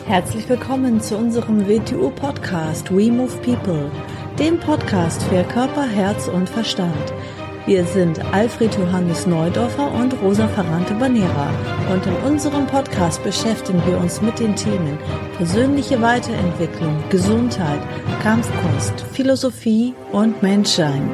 Herzlich willkommen zu unserem WTU-Podcast We Move People, dem Podcast für Körper, Herz und Verstand. Wir sind Alfred Johannes Neudorfer und Rosa Ferrante Banera und in unserem Podcast beschäftigen wir uns mit den Themen persönliche Weiterentwicklung, Gesundheit, Kampfkunst, Philosophie und Menschsein.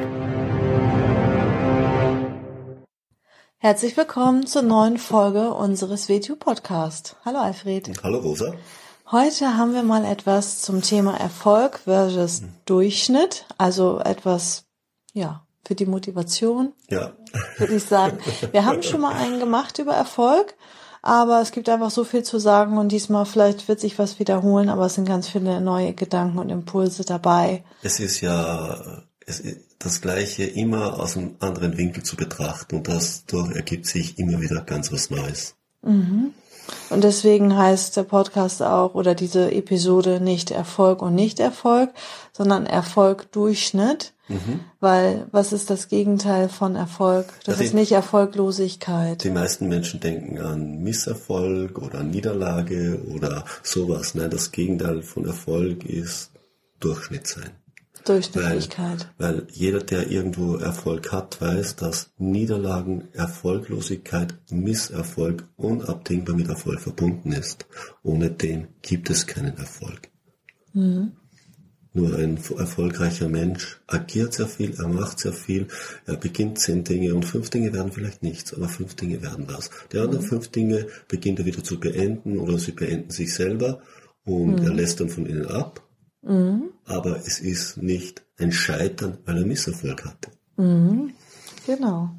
Herzlich willkommen zur neuen Folge unseres WTU-Podcasts. Hallo Alfred. Hallo Rosa. Heute haben wir mal etwas zum Thema Erfolg versus Durchschnitt, also etwas, für die Motivation, würde ich sagen. Wir haben schon mal einen gemacht über Erfolg, aber es gibt einfach so viel zu sagen und diesmal vielleicht wird sich was wiederholen, aber es sind ganz viele neue Gedanken und Impulse dabei. Es ist das Gleiche immer aus einem anderen Winkel zu betrachten und dadurch ergibt sich immer wieder ganz was Neues. Mhm. Und deswegen heißt der Podcast auch oder diese Episode nicht Erfolg und Nicht-Erfolg, sondern Erfolg Durchschnitt. Weil was ist das Gegenteil von Erfolg? Das ist nicht Erfolglosigkeit. Die meisten Menschen denken an Misserfolg oder an Niederlage oder sowas. Nein, das Gegenteil von Erfolg ist Durchschnitt sein. Durchschnittlichkeit. Weil jeder, der irgendwo Erfolg hat, weiß, dass Niederlagen, Erfolglosigkeit, Misserfolg unabdingbar mit Erfolg verbunden ist. Ohne den gibt es keinen Erfolg. Mhm. Nur ein erfolgreicher Mensch agiert sehr viel, er macht sehr viel, er beginnt 10 Dinge und 5 Dinge werden vielleicht nichts, aber 5 Dinge werden was. Die anderen 5 Dinge beginnt er wieder zu beenden oder sie beenden sich selber und er lässt dann von ihnen ab. Aber es ist nicht ein Scheitern, weil er Misserfolg hatte. Genau.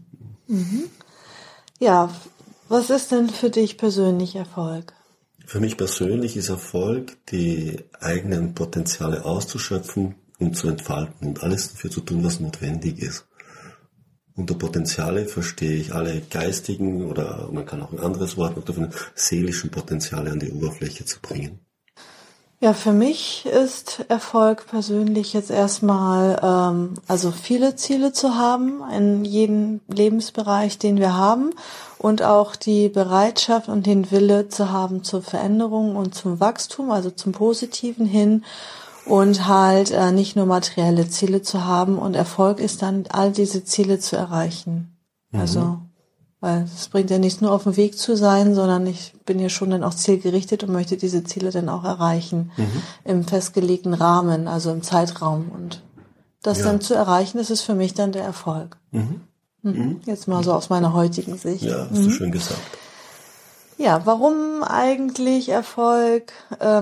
Ja, was ist denn für dich persönlich Erfolg? Für mich persönlich ist Erfolg, die eigenen Potenziale auszuschöpfen und zu entfalten und alles dafür zu tun, was notwendig ist. Unter Potenziale verstehe ich alle geistigen oder man kann auch ein anderes Wort noch davon, seelischen Potenziale an die Oberfläche zu bringen. Ja, für mich ist Erfolg persönlich jetzt erstmal, viele Ziele zu haben in jedem Lebensbereich, den wir haben und auch die Bereitschaft und den Wille zu haben zur Veränderung und zum Wachstum, also zum Positiven hin und halt nicht nur materielle Ziele zu haben und Erfolg ist dann, all diese Ziele zu erreichen. Also weil es bringt ja nichts nur auf dem Weg zu sein, sondern ich bin ja schon dann auch zielgerichtet und möchte diese Ziele dann auch erreichen im festgelegten Rahmen, also im Zeitraum. Und das dann zu erreichen, das ist für mich dann der Erfolg. Jetzt mal so aus meiner heutigen Sicht. Ja, hast du schön gesagt. Ja, warum eigentlich Erfolg?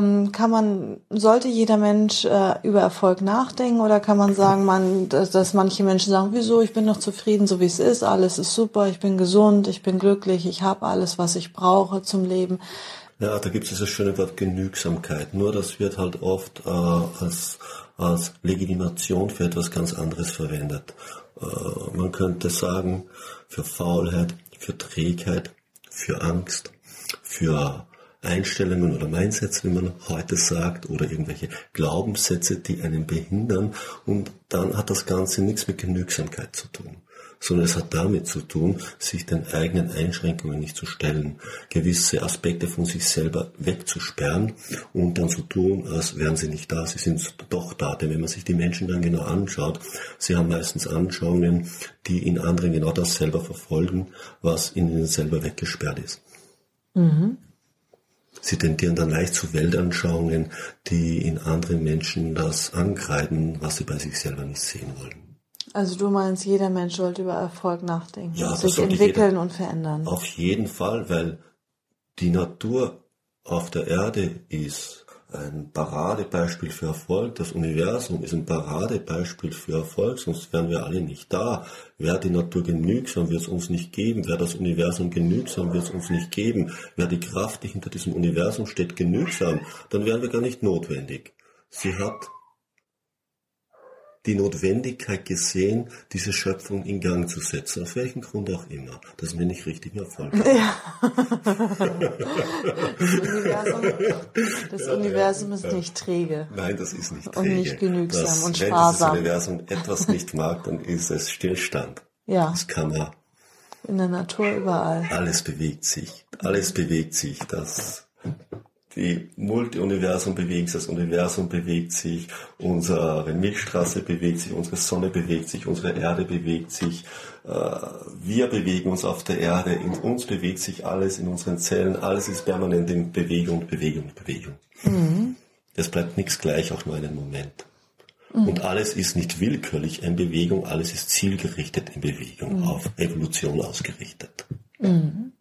Sollte jeder Mensch über Erfolg nachdenken oder kann man sagen, dass manche Menschen sagen, wieso, ich bin noch zufrieden, so wie es ist, alles ist super, ich bin gesund, ich bin glücklich, ich habe alles, was ich brauche zum Leben. Ja, da gibt es das schöne Wort Genügsamkeit. Nur das wird halt oft als Legitimation für etwas ganz anderes verwendet. Man könnte sagen, für Faulheit, für Trägheit, für Angst, für Einstellungen oder Mindsets, wie man heute sagt, oder irgendwelche Glaubenssätze, die einen behindern. Und dann hat das Ganze nichts mit Genügsamkeit zu tun, sondern es hat damit zu tun, sich den eigenen Einschränkungen nicht zu stellen, gewisse Aspekte von sich selber wegzusperren und dann zu tun, als wären sie nicht da. Sie sind doch da, denn wenn man sich die Menschen dann genau anschaut, sie haben meistens Anschauungen, die in anderen genau das selber verfolgen, was in ihnen selber weggesperrt ist. Sie tendieren dann leicht zu Weltanschauungen, die in anderen Menschen das ankreiden, was sie bei sich selber nicht sehen wollen. Also du meinst, jeder Mensch sollte über Erfolg nachdenken, ja, sich entwickeln und verändern. Auf jeden Fall, weil die Natur auf der Erde ist ein Paradebeispiel für Erfolg. Das Universum ist ein Paradebeispiel für Erfolg, sonst wären wir alle nicht da. Wäre die Natur genügsam, wird es uns nicht geben. Wäre das Universum genügsam, wird es uns nicht geben. Wäre die Kraft, die hinter diesem Universum steht, genügsam, dann wären wir gar nicht notwendig. Sie hat die Notwendigkeit gesehen, diese Schöpfung in Gang zu setzen, auf welchen Grund auch immer. Das nenne ich richtigen Erfolg. Ja. Das Universum ist nicht träge. Nein, das ist nicht träge. Und nicht genügsam und sparsam. Wenn das Universum etwas nicht mag, dann ist es Stillstand. Ja. Das kann man. In der Natur überall. Alles bewegt sich. Alles bewegt sich. die Multi-Universum bewegen sich, das Universum bewegt sich, unsere Milchstraße bewegt sich, unsere Sonne bewegt sich, unsere Erde bewegt sich, wir bewegen uns auf der Erde, in uns bewegt sich alles, in unseren Zellen, alles ist permanent in Bewegung, Bewegung, Bewegung. Es bleibt nichts gleich, auch nur einen Moment. Und alles ist nicht willkürlich in Bewegung, alles ist zielgerichtet in Bewegung, auf Evolution ausgerichtet. Und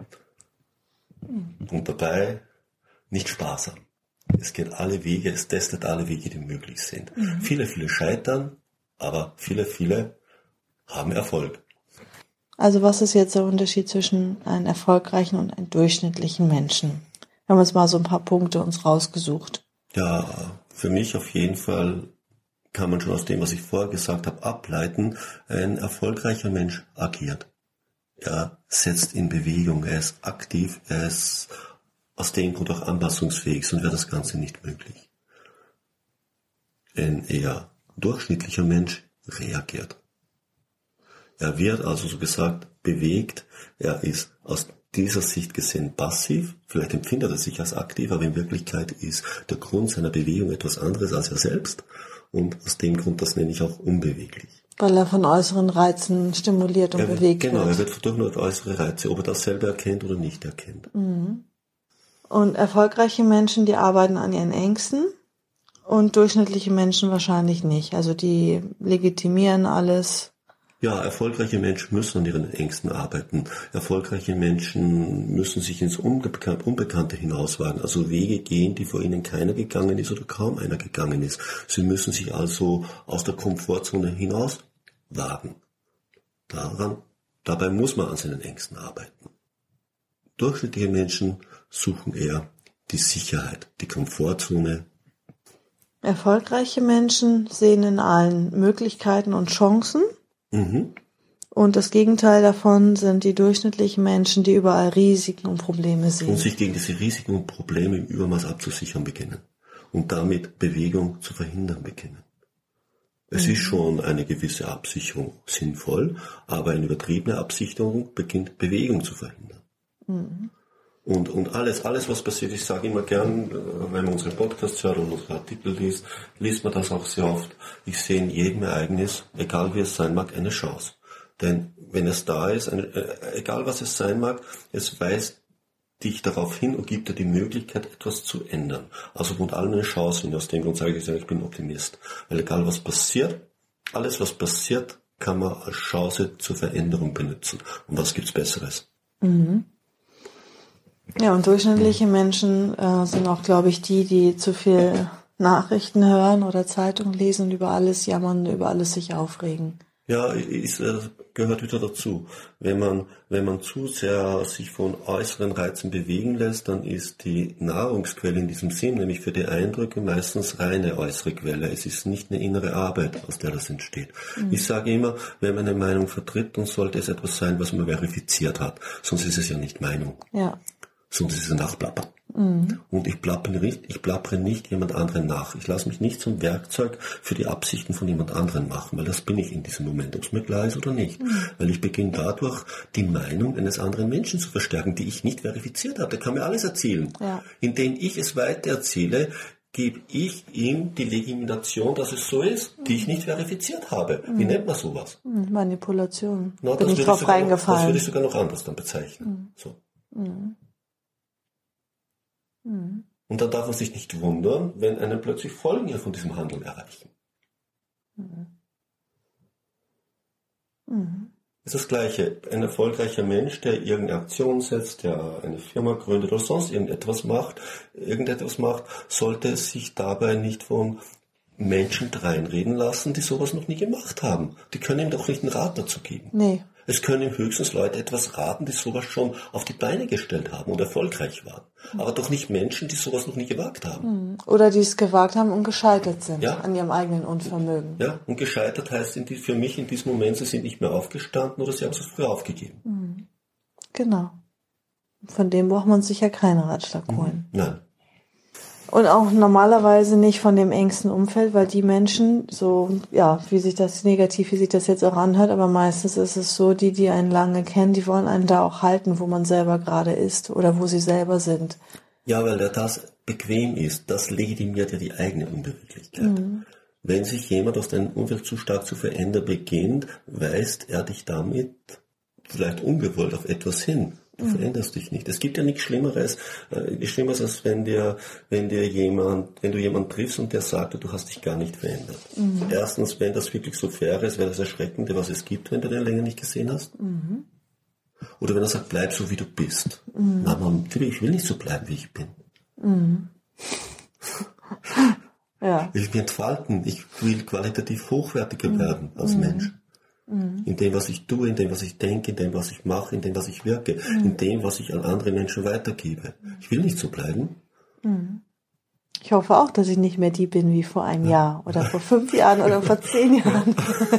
dabei nicht sparsam. Es geht alle Wege, es testet alle Wege, die möglich sind. Viele scheitern, aber viele haben Erfolg. Also was ist jetzt der Unterschied zwischen einem erfolgreichen und einem durchschnittlichen Menschen? Wir haben uns mal so ein paar Punkte uns rausgesucht. Ja, für mich auf jeden Fall kann man schon aus dem, was ich vorher gesagt habe, ableiten, ein erfolgreicher Mensch agiert. Er setzt in Bewegung, er ist aktiv, er ist aus dem Grund auch anpassungsfähig, sonst wäre das Ganze nicht möglich. Ein eher durchschnittlicher Mensch reagiert. Er wird also so gesagt bewegt, er ist aus dieser Sicht gesehen passiv, vielleicht empfindet er sich als aktiv, aber in Wirklichkeit ist der Grund seiner Bewegung etwas anderes als er selbst und aus dem Grund, das nenne ich auch unbeweglich. Weil er von äußeren Reizen stimuliert und bewegt wird. Genau, er wird durch nur äußere Reize, ob er das selber erkennt oder nicht erkennt. Und erfolgreiche Menschen, die arbeiten an ihren Ängsten und durchschnittliche Menschen wahrscheinlich nicht. Also die legitimieren alles. Ja, erfolgreiche Menschen müssen an ihren Ängsten arbeiten. Erfolgreiche Menschen müssen sich ins Unbekannte hinauswagen, also Wege gehen, die vor ihnen keiner gegangen ist oder kaum einer gegangen ist. Sie müssen sich also aus der Komfortzone hinauswagen. Dabei muss man an seinen Ängsten arbeiten. Durchschnittliche Menschen suchen eher die Sicherheit, die Komfortzone. Erfolgreiche Menschen sehen in allen Möglichkeiten und Chancen. Und das Gegenteil davon sind die durchschnittlichen Menschen, die überall Risiken und Probleme sehen. Und sich gegen diese Risiken und Probleme im Übermaß abzusichern beginnen. Und damit Bewegung zu verhindern beginnen. Es ist schon eine gewisse Absicherung sinnvoll, aber eine übertriebene Absicherung beginnt Bewegung zu verhindern. Und alles, was passiert, ich sage immer gern, wenn man unsere Podcasts hört und unsere Artikel liest man das auch sehr oft. Ich sehe in jedem Ereignis, egal wie es sein mag, eine Chance. Denn wenn es da ist, egal was es sein mag, es weist dich darauf hin und gibt dir die Möglichkeit, etwas zu ändern. Also von allem eine Chance. Und aus dem Grund sage ich bin Optimist. Weil egal was passiert, alles was passiert, kann man als Chance zur Veränderung benutzen. Und was gibt's Besseres? Ja, und durchschnittliche Menschen sind auch, glaube ich, die zu viel Nachrichten hören oder Zeitungen lesen und über alles jammern, über alles sich aufregen. Ja, gehört wieder dazu. Wenn man zu sehr sich von äußeren Reizen bewegen lässt, dann ist die Nahrungsquelle in diesem Sinn, nämlich für die Eindrücke, meistens reine äußere Quelle. Es ist nicht eine innere Arbeit, aus der das entsteht. Ich sage immer, wenn man eine Meinung vertritt, dann sollte es etwas sein, was man verifiziert hat. Sonst ist es ja nicht Meinung. Ja. Sonst ist es ein Nachplappern. Und ich plappere nicht jemand anderen nach. Ich lasse mich nicht zum Werkzeug für die Absichten von jemand anderen machen, weil das bin ich in diesem Moment, ob es mir klar ist oder nicht. Weil ich beginne dadurch, die Meinung eines anderen Menschen zu verstärken, die ich nicht verifiziert habe. Der kann mir alles erzählen. Ja. Indem ich es weiter erzähle, gebe ich ihm die Legitimation, dass es so ist, die ich nicht verifiziert habe. Wie nennt man sowas? Manipulation. Bin ich drauf reingefallen. Das würde ich sogar noch anders dann bezeichnen. So. Und dann darf man sich nicht wundern, wenn einen plötzlich Folgen von diesem Handeln erreichen. Das ist das Gleiche. Ein erfolgreicher Mensch, der irgendeine Aktion setzt, der eine Firma gründet oder sonst irgendetwas macht, sollte sich dabei nicht von Menschen dreinreden lassen, die sowas noch nie gemacht haben. Die können ihm doch nicht einen Rat dazu geben. Nee. Es können ihm höchstens Leute etwas raten, die sowas schon auf die Beine gestellt haben und erfolgreich waren. Aber doch nicht Menschen, die sowas noch nie gewagt haben. Oder die es gewagt haben und gescheitert sind an ihrem eigenen Unvermögen. Ja, und gescheitert heißt für mich in diesem Moment, sie sind nicht mehr aufgestanden oder sie haben es früher aufgegeben. Genau. Von dem braucht man sich ja keinen Ratschlag holen. Nein. Und auch normalerweise nicht von dem engsten Umfeld, weil die Menschen so, ja, wie sich das jetzt auch anhört, aber meistens ist es so, die einen lange kennen, die wollen einen da auch halten, wo man selber gerade ist oder wo sie selber sind. Ja, weil das bequem ist, das legitimiert ja die eigene Unbeweglichkeit. Wenn sich jemand aus deinem Umfeld zu stark zu verändern beginnt, weist er dich damit vielleicht ungewollt auf etwas hin. Du veränderst dich nicht. Es gibt ja nichts Schlimmeres, als wenn du jemanden triffst und der sagt, du hast dich gar nicht verändert. Erstens, wenn das wirklich so wäre das Erschreckende, was es gibt, wenn du den länger nicht gesehen hast. Oder wenn er sagt, bleib so wie du bist. Na, ich will nicht so bleiben, wie ich bin. Ja. Ich will mich entfalten. Ich will qualitativ hochwertiger werden als Mensch. In dem, was ich tue, in dem, was ich denke, in dem, was ich mache, in dem, was ich wirke, in dem, was ich an andere Menschen weitergebe. Ich will nicht so bleiben. Ich hoffe auch, dass ich nicht mehr die bin wie vor einem Jahr oder vor 5 Jahren oder vor 10 Jahren.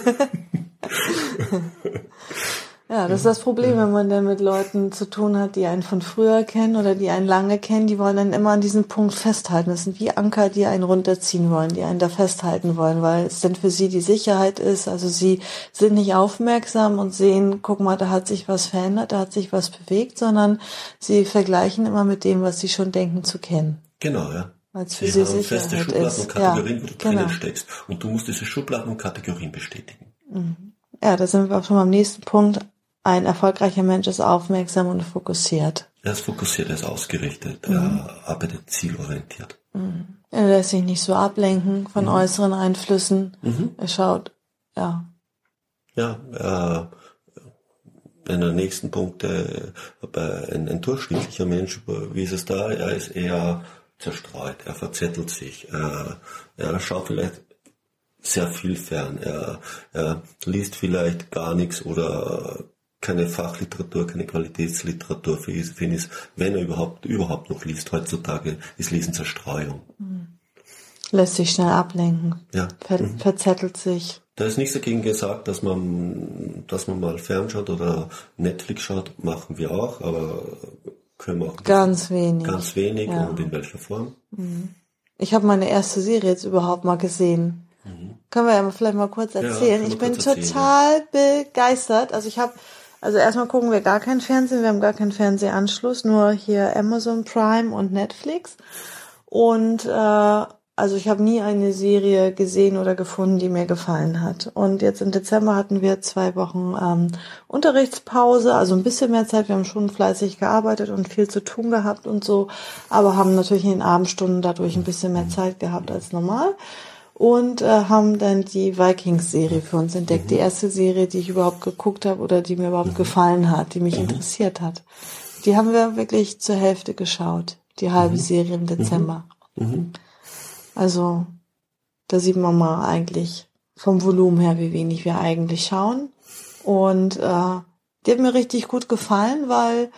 Ja, das ist das Problem, wenn man dann mit Leuten zu tun hat, die einen von früher kennen oder die einen lange kennen, die wollen dann immer an diesem Punkt festhalten. Das sind wie Anker, die einen runterziehen wollen, die einen da festhalten wollen, weil es dann für sie die Sicherheit ist. Also sie sind nicht aufmerksam und sehen, guck mal, da hat sich was verändert, da hat sich was bewegt, sondern sie vergleichen immer mit dem, was sie schon denken zu kennen. Genau, ja. Weil es für sie haben feste Schubladen ist. und Kategorien, wo du drinnen Genau. steckst. Und du musst diese Schubladen und Kategorien bestätigen. Ja, da sind wir auch schon beim nächsten Punkt. Ein erfolgreicher Mensch ist aufmerksam und fokussiert. Er ist fokussiert, er ist ausgerichtet, er arbeitet zielorientiert. Er lässt sich nicht so ablenken von äußeren Einflüssen. Er schaut, ja. Ja, der nächsten Punkt, ein durchschnittlicher Mensch, wie ist es da? Er ist eher zerstreut, er verzettelt sich, er schaut vielleicht sehr viel fern, er liest vielleicht gar nichts oder keine Fachliteratur, keine Qualitätsliteratur. Für ihn ist, wenn er überhaupt noch liest, heutzutage ist Lesen Zerstreuung. Lässt sich schnell ablenken, Ja. verzettelt sich. Da ist nichts dagegen gesagt, dass man mal fernschaut oder Netflix schaut, machen wir auch, aber können wir auch Ganz wenig. Ganz wenig Ja. und in welcher Form? Ich habe meine erste Serie jetzt überhaupt mal gesehen. Können wir ja vielleicht mal kurz erzählen. können wir Ich bin kurz erzählen, total begeistert. Also erstmal gucken wir gar kein Fernsehen, wir haben gar keinen Fernsehanschluss, nur hier Amazon Prime und Netflix. Und also ich habe nie eine Serie gesehen oder gefunden, die mir gefallen hat. Und jetzt im Dezember hatten wir 2 Wochen Unterrichtspause, also ein bisschen mehr Zeit. Wir haben schon fleißig gearbeitet und viel zu tun gehabt und so, aber haben natürlich in den Abendstunden dadurch ein bisschen mehr Zeit gehabt als normal. Und haben dann die Vikings-Serie für uns entdeckt. Die erste Serie, die ich überhaupt geguckt habe oder die mir überhaupt gefallen hat, die mich interessiert hat. Die haben wir wirklich zur Hälfte geschaut, die halbe Serie im Dezember. Also da sieht man mal eigentlich vom Volumen her, wie wenig wir eigentlich schauen. Und die hat mir richtig gut gefallen, weil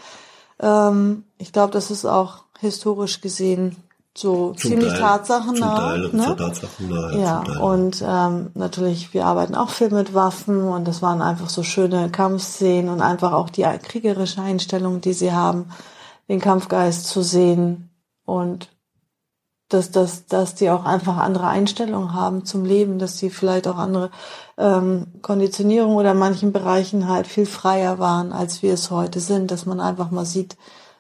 ich glaube, das ist auch historisch gesehen so ziemlich tatsachennah. Ne? Tatsachennah, ja, und natürlich, wir arbeiten auch viel mit Waffen und das waren einfach so schöne Kampfszenen und einfach auch die kriegerische Einstellung, die sie haben, den Kampfgeist zu sehen und dass die auch einfach andere Einstellungen haben zum Leben, dass die vielleicht auch andere Konditionierung oder in manchen Bereichen halt viel freier waren, als wir es heute sind, dass man einfach mal sieht,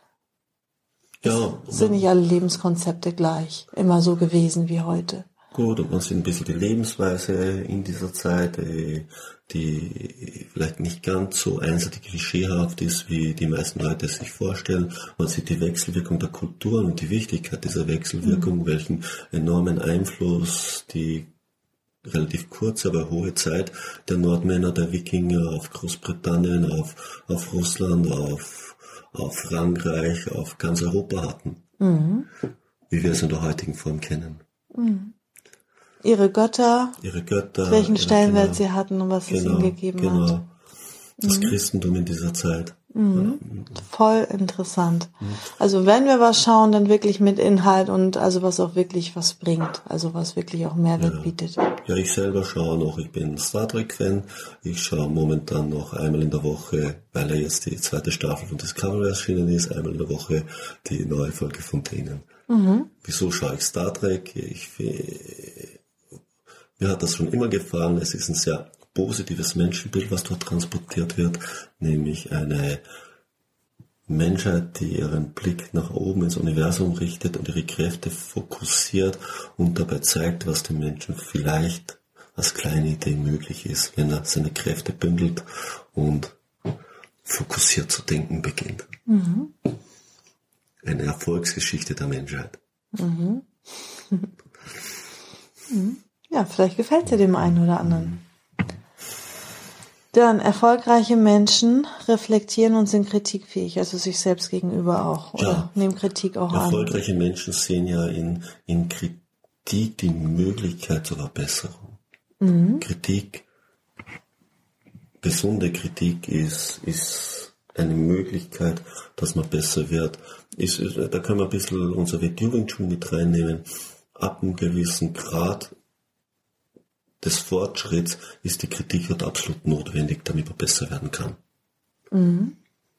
ja, sind nicht alle Lebenskonzepte gleich, immer so gewesen wie heute. Gut, und man sieht ein bisschen die Lebensweise in dieser Zeit, die vielleicht nicht ganz so einseitig klischeehaft ist, wie die meisten Leute es sich vorstellen. Man sieht die Wechselwirkung der Kulturen und die Wichtigkeit dieser Wechselwirkung, welchen enormen Einfluss die relativ kurze, aber hohe Zeit der Nordmänner, der Wikinger auf Großbritannien, auf Russland, auf Frankreich, auf ganz Europa hatten. Wie wir es in der heutigen Form kennen. Ihre Götter, welchen Stellenwert sie hatten und was es ihnen gegeben hat. Das Christentum in dieser Zeit. Voll interessant. Also wenn wir was schauen, dann wirklich mit Inhalt und also was auch wirklich was bringt. Also was wirklich auch Mehrwert bietet. Ja, ich selber schaue noch, ich bin Star Trek-Fan. Ich schaue momentan noch einmal in der Woche, weil ja jetzt die 2. Staffel von Discovery erschienen ist, einmal in der Woche die neue Folge von denen. Wieso schaue ich Star Trek? Mir hat das schon immer gefallen. Es ist ein sehr positives Menschenbild, was dort transportiert wird, nämlich eine Menschheit, die ihren Blick nach oben ins Universum richtet und ihre Kräfte fokussiert und dabei zeigt, was dem Menschen vielleicht als kleine Idee möglich ist, wenn er seine Kräfte bündelt und fokussiert zu denken beginnt. Mhm. Eine Erfolgsgeschichte der Menschheit. Mhm. Ja, vielleicht gefällt es ja dem einen oder anderen. Dann, erfolgreiche Menschen reflektieren und sind kritikfähig, also sich selbst gegenüber auch, oder nehmen Kritik auch an. Erfolgreiche Menschen sehen ja in Kritik die Möglichkeit zur Verbesserung. Mhm. Kritik, gesunde Kritik ist eine Möglichkeit, dass man besser wird. Da können wir ein bisschen unser Wing Chun mit reinnehmen. Ab einem gewissen Grad des Fortschritts ist die Kritik dort absolut notwendig, damit man besser werden kann. Mhm.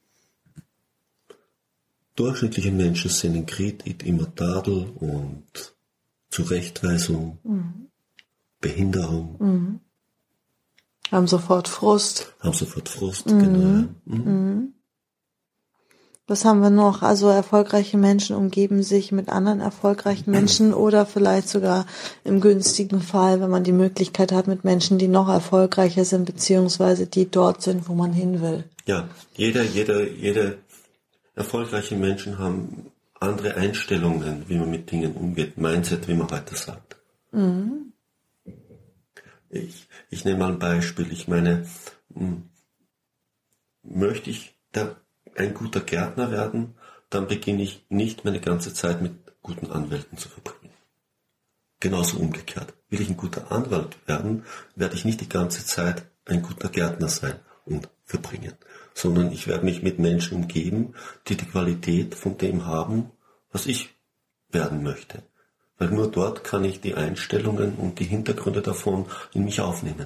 Durchschnittliche Menschen sehen in Kritik immer Tadel und Zurechtweisung, Behinderung. Mhm. Haben sofort Frust, genau. Mhm. Was haben wir noch? Also erfolgreiche Menschen umgeben sich mit anderen erfolgreichen Menschen oder vielleicht sogar im günstigen Fall, wenn man die Möglichkeit hat, mit Menschen, die noch erfolgreicher sind, beziehungsweise die dort sind, wo man hin will. Ja, jede erfolgreiche Menschen haben andere Einstellungen, wie man mit Dingen umgeht, Mindset, wie man heute sagt. Mhm. Ich nehme mal ein Beispiel. Ich meine, möchte ich da ein guter Gärtner werden, dann beginne ich nicht meine ganze Zeit mit guten Anwälten zu verbringen. Genauso umgekehrt. Will ich ein guter Anwalt werden, werde ich nicht die ganze Zeit ein guter Gärtner sein und verbringen, sondern ich werde mich mit Menschen umgeben, die die Qualität von dem haben, was ich werden möchte. Weil nur dort kann ich die Einstellungen und die Hintergründe davon in mich aufnehmen.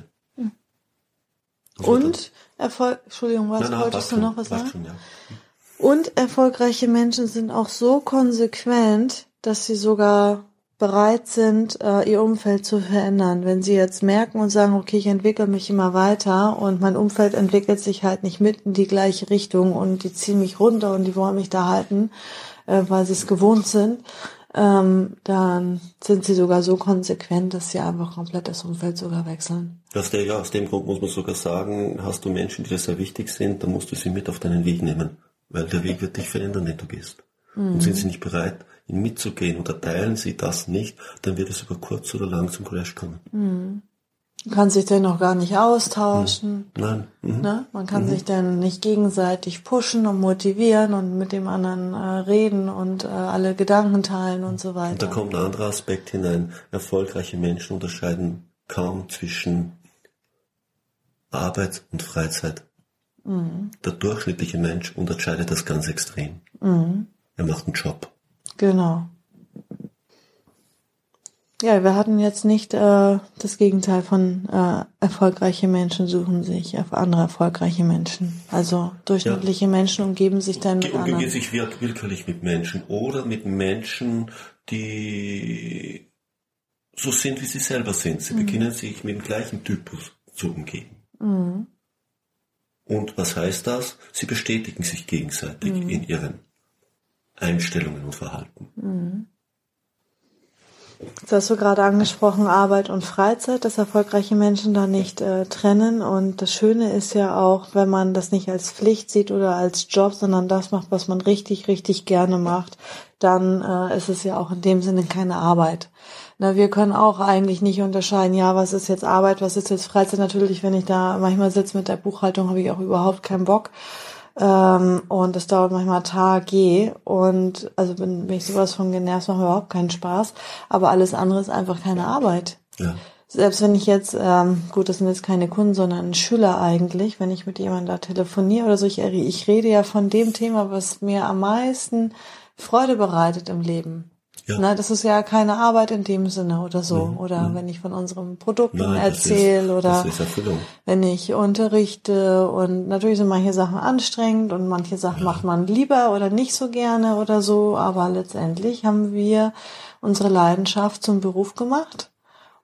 Und wolltest du noch was sagen? Schon, ja. Und erfolgreiche Menschen sind auch so konsequent, dass sie sogar bereit sind, ihr Umfeld zu verändern. Wenn sie jetzt merken und sagen, okay, ich entwickle mich immer weiter und mein Umfeld entwickelt sich halt nicht mit in die gleiche Richtung und die ziehen mich runter und die wollen mich da halten, weil sie es gewohnt sind, dann sind sie sogar so konsequent, dass sie einfach komplett das Umfeld sogar wechseln. Aus dem Grund muss man sogar sagen, hast du Menschen, die dir sehr wichtig sind, dann musst du sie mit auf deinen Weg nehmen, weil der Weg wird dich verändern, wenn du gehst. Mhm. Und sind sie nicht bereit, ihn mitzugehen oder teilen sie das nicht, dann wird es über kurz oder lang zum Crash kommen. Mhm. Man kann sich denn noch gar nicht austauschen. Nein. Mhm. Ne? Man kann sich dann nicht gegenseitig pushen und motivieren und mit dem anderen reden und alle Gedanken teilen und so weiter. Und da kommt ein anderer Aspekt hinein. Erfolgreiche Menschen unterscheiden kaum zwischen Arbeit und Freizeit. Mhm. Der durchschnittliche Mensch unterscheidet das ganz extrem. Mhm. Er macht einen Job. Genau. Ja, wir hatten jetzt nicht das Gegenteil von erfolgreiche Menschen suchen sich auf andere erfolgreiche Menschen. Also durchschnittliche Menschen umgeben sich dann mit anderen. Umgeben sich willkürlich mit Menschen oder mit Menschen, die so sind, wie sie selber sind. Sie beginnen sich mit dem gleichen Typus zu umgeben. Mhm. Und was heißt das? Sie bestätigen sich gegenseitig in ihren Einstellungen und Verhalten. Mhm. Das hast du gerade angesprochen, Arbeit und Freizeit, dass erfolgreiche Menschen da nicht trennen. Und das Schöne ist ja auch, wenn man das nicht als Pflicht sieht oder als Job, sondern das macht, was man richtig, richtig gerne macht, dann ist es ja auch in dem Sinne keine Arbeit. Na, wir können auch eigentlich nicht unterscheiden, ja, was ist jetzt Arbeit, was ist jetzt Freizeit. Natürlich, wenn ich da manchmal sitze mit der Buchhaltung, habe ich auch überhaupt keinen Bock. Und das dauert manchmal Tage und also bin ich sowas von genervt, macht mir überhaupt keinen Spaß, aber alles andere ist einfach keine Arbeit. Ja. Selbst wenn ich jetzt, gut, das sind jetzt keine Kunden, sondern Schüler eigentlich, wenn ich mit jemandem da telefoniere oder so, ich rede ja von dem Thema, was mir am meisten Freude bereitet im Leben. Ja. Na, das ist ja keine Arbeit in dem Sinne oder so. Oder wenn ich von unseren Produkten erzähle oder wenn ich unterrichte. Und natürlich sind manche Sachen anstrengend und manche Sachen macht man lieber oder nicht so gerne oder so. Aber letztendlich haben wir unsere Leidenschaft zum Beruf gemacht.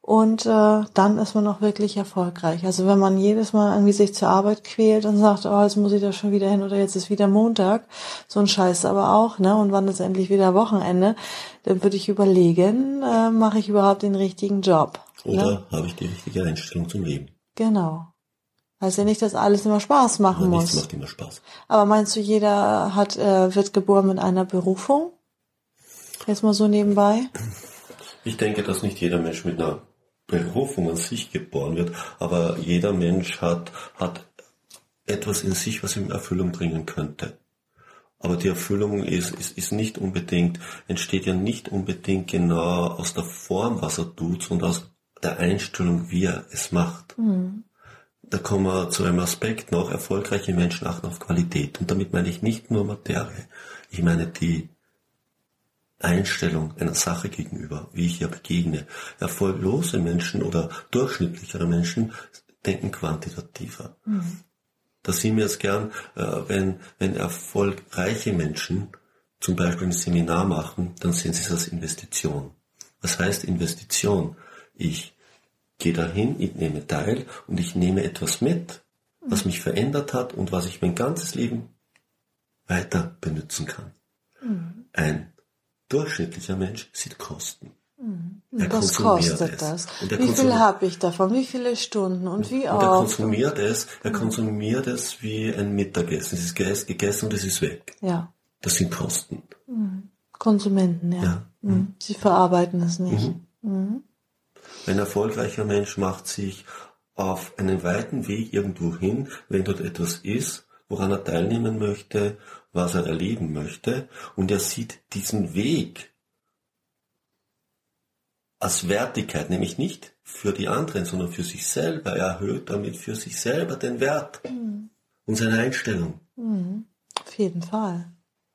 Und dann ist man auch wirklich erfolgreich. Also wenn man jedes Mal irgendwie sich zur Arbeit quält und sagt, oh, jetzt muss ich da schon wieder hin oder jetzt ist wieder Montag, so ein Scheiß aber auch, ne? Und wann ist endlich wieder Wochenende? Dann würde ich überlegen, mache ich überhaupt den richtigen Job? Oder Ne? habe ich die richtige Einstellung zum Leben? Genau. Heißt ja nicht, dass alles immer Spaß machen Aber muss. nichts macht immer Spaß. Aber meinst du, jeder wird geboren mit einer Berufung? Jetzt mal so nebenbei. Ich denke, dass nicht jeder Mensch mit einer Berufung an sich geboren wird, aber jeder Mensch hat etwas in sich, was ihm Erfüllung bringen könnte. Aber die Erfüllung ist nicht unbedingt, entsteht ja nicht unbedingt genau aus der Form, was er tut, sondern aus der Einstellung, wie er es macht. Mhm. Da kommen wir zu einem Aspekt noch, erfolgreiche Menschen achten auf Qualität. Und damit meine ich nicht nur Materie. Ich meine die Einstellung einer Sache gegenüber, wie ich ihr begegne. Erfolglose Menschen oder durchschnittlichere Menschen denken quantitativer. Mhm. Da sehen wir es gern, wenn erfolgreiche Menschen zum Beispiel ein Seminar machen, dann sehen sie es als Investition. Was heißt Investition? Ich gehe dahin, ich nehme teil und ich nehme etwas mit, was mich verändert hat und was ich mein ganzes Leben weiter benutzen kann. Mhm. Ein durchschnittlicher Mensch sieht Kosten. Was kostet das? Wie viel habe ich davon? Wie viele Stunden? Und wie oft? Und er konsumiert es wie ein Mittagessen. Es ist gegessen und es ist weg. Ja. Das sind Kosten. Konsumenten, ja. Sie verarbeiten es nicht. Ein erfolgreicher Mensch macht sich auf einen weiten Weg irgendwo hin, wenn dort etwas ist, woran er teilnehmen möchte, was er erleben möchte, und er sieht diesen Weg als Wertigkeit, nämlich nicht für die anderen, sondern für sich selber. Er erhöht damit für sich selber den Wert und seine Einstellung. Auf jeden Fall.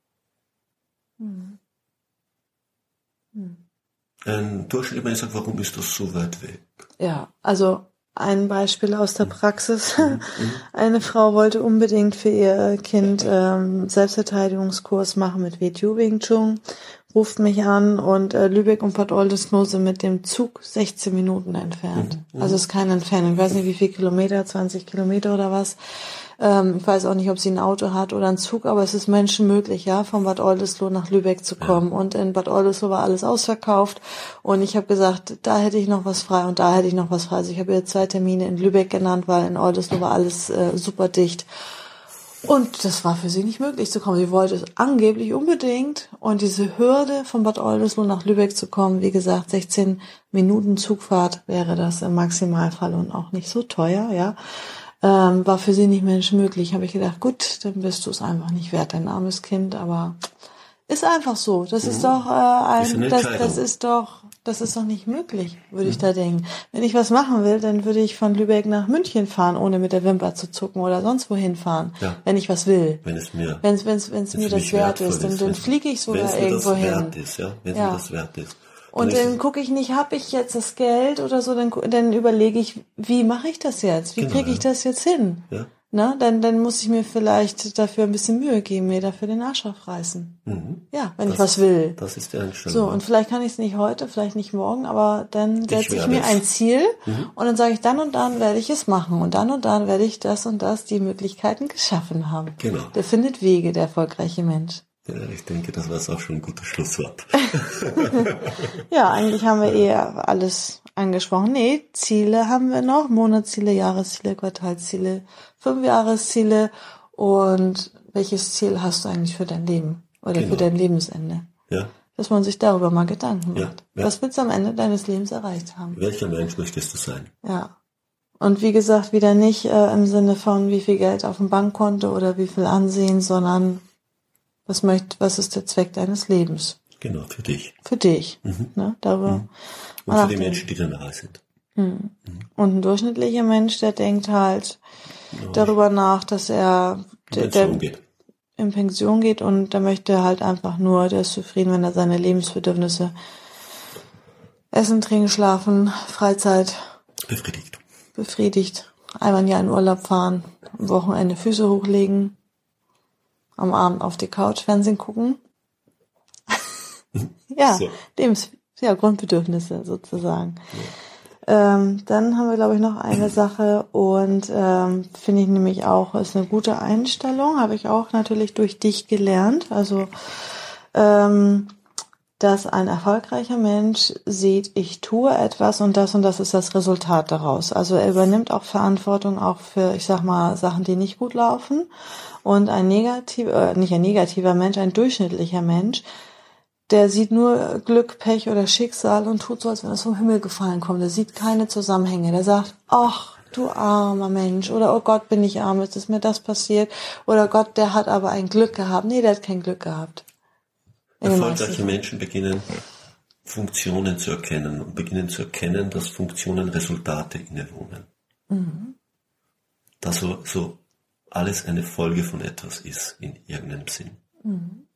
Ein durchschnittlicher Mensch sagt, warum ist das so weit weg? Ja, also ein Beispiel aus der Praxis. Eine Frau wollte unbedingt für ihr Kind Selbstverteidigungskurs machen mit WTU Wing Chun, ruft mich an und Lübeck und Bad Oldesloe sind mit dem Zug 16 Minuten entfernt. Also es ist keine Entfernung. Ich weiß nicht, wie viel Kilometer, 20 Kilometer oder was. Ich weiß auch nicht, ob sie ein Auto hat oder einen Zug, aber es ist menschenmöglich, ja, von Bad Oldesloe nach Lübeck zu kommen. Ja. Und in Bad Oldesloe war alles ausverkauft. Und ich habe gesagt, da hätte ich noch was frei und da hätte ich noch was frei. Also ich habe ihr 2 Termine in Lübeck genannt, weil in Oldesloe war alles super dicht. Und das war für sie nicht möglich zu kommen. Sie wollte es angeblich unbedingt. Und diese Hürde von Bad Oldesloe nach Lübeck zu kommen, wie gesagt, 16 Minuten Zugfahrt wäre das im Maximalfall und auch nicht so teuer, ja. War für sie nicht menschenmöglich. Habe ich gedacht, gut, dann bist du es einfach nicht wert, dein armes Kind, aber ist einfach so. Das ist doch das ist doch nicht möglich, würde ich da denken. Wenn ich was machen will, dann würde ich von Lübeck nach München fahren, ohne mit der Wimper zu zucken oder sonst wohin fahren, wenn ich was will. Wenn es mir das wert ist, dann fliege ich sogar irgendwo hin. Wenn es mir das wert ist. Und dann gucke ich nicht, habe ich jetzt das Geld oder so, dann überlege ich, wie mache ich das jetzt? Wie kriege ich das jetzt hin? Ja. Na, dann muss ich mir vielleicht dafür ein bisschen Mühe geben, mir dafür den Arsch aufreißen. Ja, wenn ich was will. Das ist die Einstellung. So, und vielleicht kann ich es nicht heute, vielleicht nicht morgen, aber dann setze ich mir ein Ziel und dann sage ich, dann und dann werde ich es machen und dann werde ich das und das, die Möglichkeiten geschaffen haben. Genau. Der findet Wege, der erfolgreiche Mensch. Ja, ich denke, das war jetzt auch schon ein gutes Schlusswort. Ja, eigentlich haben wir eher alles angesprochen. Nee, Ziele haben wir noch. Monatsziele, Jahresziele, Quartalsziele, 5-Jahresziele. Und welches Ziel hast du eigentlich für dein Leben? Oder für dein Lebensende? Ja. Dass man sich darüber mal Gedanken macht. Ja. Was willst du am Ende deines Lebens erreicht haben? Welcher Mensch möchtest du sein? Ja. Und wie gesagt, wieder nicht im Sinne von wie viel Geld auf dem Bankkonto oder wie viel Ansehen, sondern was ist der Zweck deines Lebens? Genau, für dich. Für dich. Ne, darüber. Und für die Menschen, die dir nahe sind. Und ein durchschnittlicher Mensch, der denkt halt darüber nach, dass er in Pension geht und der möchte halt einfach nur, der ist zufrieden, wenn er seine Lebensbedürfnisse Essen, Trinken, Schlafen, Freizeit befriedigt. Einmal im Jahr in Urlaub fahren, am Wochenende Füße hochlegen, am Abend auf die Couch Fernsehen gucken. Ja, Grundbedürfnisse sozusagen. Dann haben wir, glaube ich, noch eine Sache und finde ich nämlich auch, ist eine gute Einstellung, habe ich auch natürlich durch dich gelernt. Also, dass ein erfolgreicher Mensch sieht, ich tue etwas und das ist das Resultat daraus. Also er übernimmt auch Verantwortung auch für, ich sag mal, Sachen, die nicht gut laufen. Und ein nicht ein negativer Mensch, ein durchschnittlicher Mensch, der sieht nur Glück, Pech oder Schicksal und tut so, als wenn es vom Himmel gefallen kommt. Der sieht keine Zusammenhänge. Der sagt, ach, du armer Mensch, oder oh Gott, bin ich arm, ist mir das passiert, oder Gott, der hat aber ein Glück gehabt. Nee, der hat kein Glück gehabt. Erfolgreiche Menschen beginnen Funktionen zu erkennen und beginnen zu erkennen, dass Funktionen Resultate innewohnen. Mhm. Dass so alles eine Folge von etwas ist, in irgendeinem Sinn. Mhm.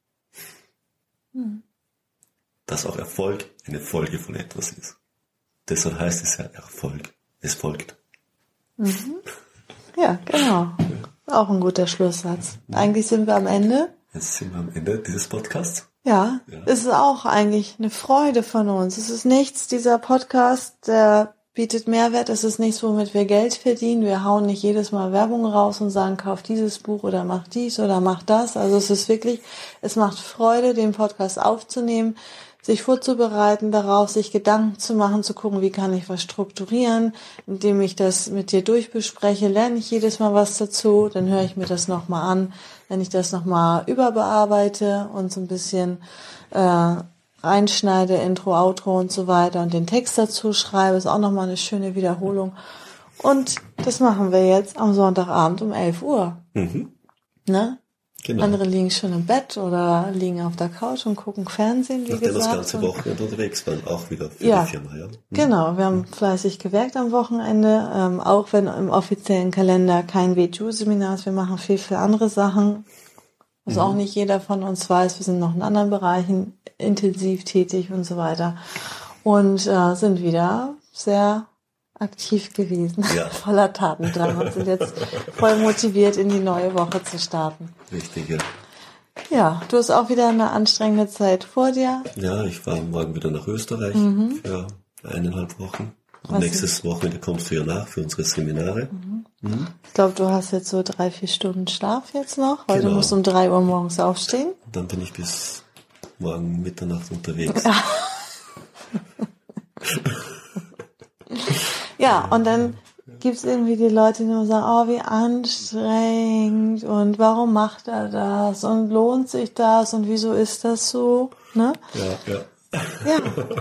Mhm. Dass auch Erfolg eine Folge von etwas ist. Deshalb heißt es ja Erfolg. Es folgt. Mhm. Ja, genau. Auch ein guter Schlusssatz. Eigentlich sind wir am Ende. Jetzt sind wir am Ende dieses Podcasts. Ja, es ist auch eigentlich eine Freude von uns. Es ist nichts, dieser Podcast, der bietet Mehrwert. Es ist nichts, womit wir Geld verdienen. Wir hauen nicht jedes Mal Werbung raus und sagen, kauf dieses Buch oder mach dies oder mach das. Also es ist wirklich, es macht Freude, den Podcast aufzunehmen, sich vorzubereiten darauf, sich Gedanken zu machen, zu gucken, wie kann ich was strukturieren. Indem ich das mit dir durchbespreche, lerne ich jedes Mal was dazu, dann höre ich mir das nochmal an. Wenn ich das nochmal überbearbeite und so ein bisschen reinschneide, Intro, Outro und so weiter und den Text dazu schreibe, ist auch nochmal eine schöne Wiederholung. Und das machen wir jetzt am Sonntagabend um 11 Uhr. Mhm. Ne? Genau. Andere liegen schon im Bett oder liegen auf der Couch und gucken Fernsehen, wie Nachdem gesagt. Das ganze Wochenende unterwegs waren, auch wieder für die Firma, ja. Genau, wir haben fleißig gewerkt am Wochenende, auch wenn im offiziellen Kalender kein WTU-Seminar ist. Wir machen viel andere Sachen, was auch nicht jeder von uns weiß. Wir sind noch in anderen Bereichen intensiv tätig und so weiter und sind wieder sehr aktiv gewesen, voller Tatendrang und sind jetzt voll motiviert, in die neue Woche zu starten. Richtig, ja. Ja, du hast auch wieder eine anstrengende Zeit vor dir. Ja, ich fahre morgen wieder nach Österreich für 1,5 Wochen. Und nächstes Wochenende kommst du ja nach für unsere Seminare. Mhm. Mhm. Ich glaube, du hast jetzt so 3-4 Stunden Schlaf jetzt noch, weil du musst um 3 Uhr morgens aufstehen. Und dann bin ich bis morgen Mitternacht unterwegs. Ja. Ja, und dann gibt's irgendwie die Leute, die nur sagen, oh, wie anstrengend und warum macht er das und lohnt sich das und wieso ist das so, ne? Ja.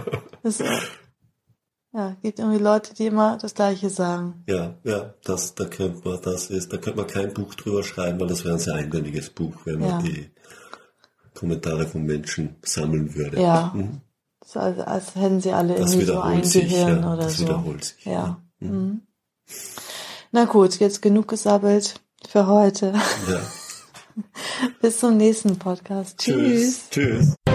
Ja, gibt irgendwie Leute, die immer das Gleiche sagen. Ja, da könnte man kein Buch drüber schreiben, weil das wäre ein sehr eingängiges Buch, wenn man die Kommentare von Menschen sammeln würde. Ja. Mhm. So, als hätten sie alle irgendwie so ein Gehirn oder so. Das wiederholt sich. Ja. Mhm. Na gut, jetzt genug gesabbelt für heute. Ja. Bis zum nächsten Podcast. Tschüss. Tschüss.